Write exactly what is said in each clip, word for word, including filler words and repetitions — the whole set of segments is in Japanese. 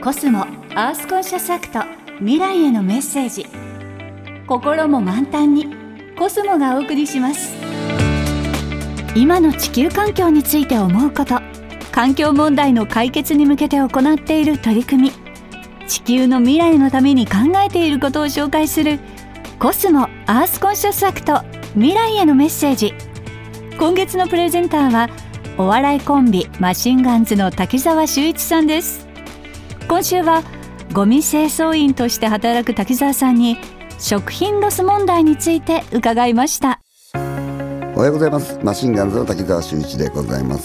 コスモアースコンシャスアクト、未来へのメッセージ。心も満タンに、コスモがお送りします。今の地球環境について思うこと、環境問題の解決に向けて行っている取り組み、地球の未来のために考えていることを紹介するコスモアースコンシャスアクト、未来へのメッセージ。今月のプレゼンターはお笑いコンビマシンガンズの滝沢秀一さんです。今週はゴミ清掃員として働く滝沢さんに食品ロス問題について伺いました。 おはようございます。マシンガンズの滝沢秀一でございます。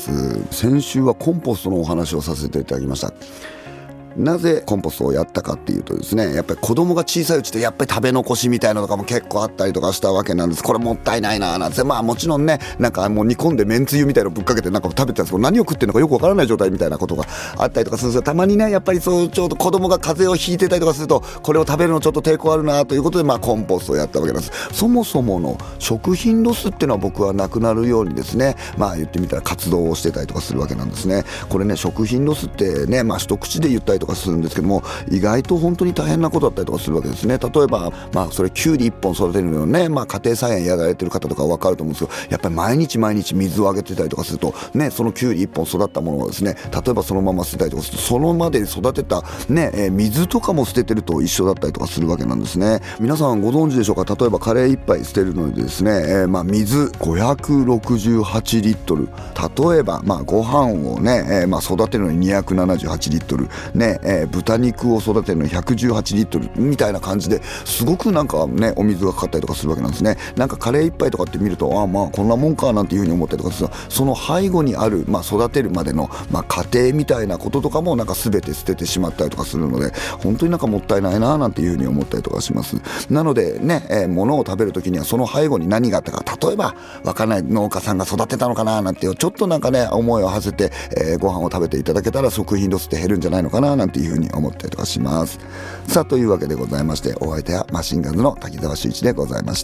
先週はコンポストのお話をさせていただきました。なぜコンポストをやったかっていうとですね、やっぱり子供が小さいうちってやっぱり食べ残しみたいなのとかも結構あったりとかしたわけなんです。これもったいないなーなんて、まあもちろんね、なんかもう煮込んでめんつゆみたいなのぶっかけてなんか食べてたんですけど、何を食ってるのかよくわからない状態みたいなことがあったりとかするんですが、たまにねやっぱりそうちょうど子供が風邪をひいてたりとかすると、これを食べるのちょっと抵抗あるなということで、まあコンポストをやったわけなんです。そもそもの食品ロスっていうのは僕はなくなるようにですね、まあ言ってみたら活動をしてたりとかするわけなんですね。これね、食品ロスってね、まあ一口で言ったりとかするんですけども、意外と本当に大変なことだったりとかするわけですね。例えば、まあ、それキュウリいっぽん育てるのよね、まあ、家庭菜園やられてる方とか分かると思うんですけど、やっぱり毎日毎日水をあげてたりとかすると、ね、そのキュウリいっぽん育ったものをですね、例えばそのまま捨てたりとかすると、そのまで育てた、ねえー、水とかも捨ててると一緒だったりとかするわけなんですね。皆さんご存知でしょうか。例えばカレーいっぱい捨てるのでですね、えーまあ、水ごひゃくろくじゅうはちリットル、例えば、まあ、ご飯をね、えーまあ、育てるのににひゃくななじゅうはちリットル、ねえー、豚肉を育てるのにひゃくじゅうはちリットルみたいな感じで、すごくなんかねお水がかかったりとかするわけなんですね。なんかカレー一杯とかって見ると、ああまあこんなもんかなんていうふうに思ったりとかする。その背後にある、まあ、育てるまでの、まあ、過程みたいなこととかもなんか全て捨ててしまったりとかするので、本当になんかもったいないななんていうふうに思ったりとかします。なのでね、えー、物を食べるときにはその背後に何があったか、例えばわからない農家さんが育てたのかななんていうちょっとなんかね思いを馳せて、えー、ご飯を食べていただけたら食品ロスって減るんじゃないのかななんていうふうに思ったりとかします。さあというわけでございまして、お相手はマシンガンズの滝沢秀一でございました。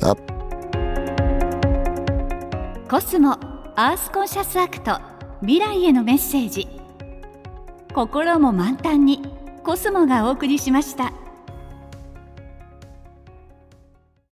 コスモアースコンシャスアクト、未来へのメッセージ。心も満タンに、コスモがお送りしました。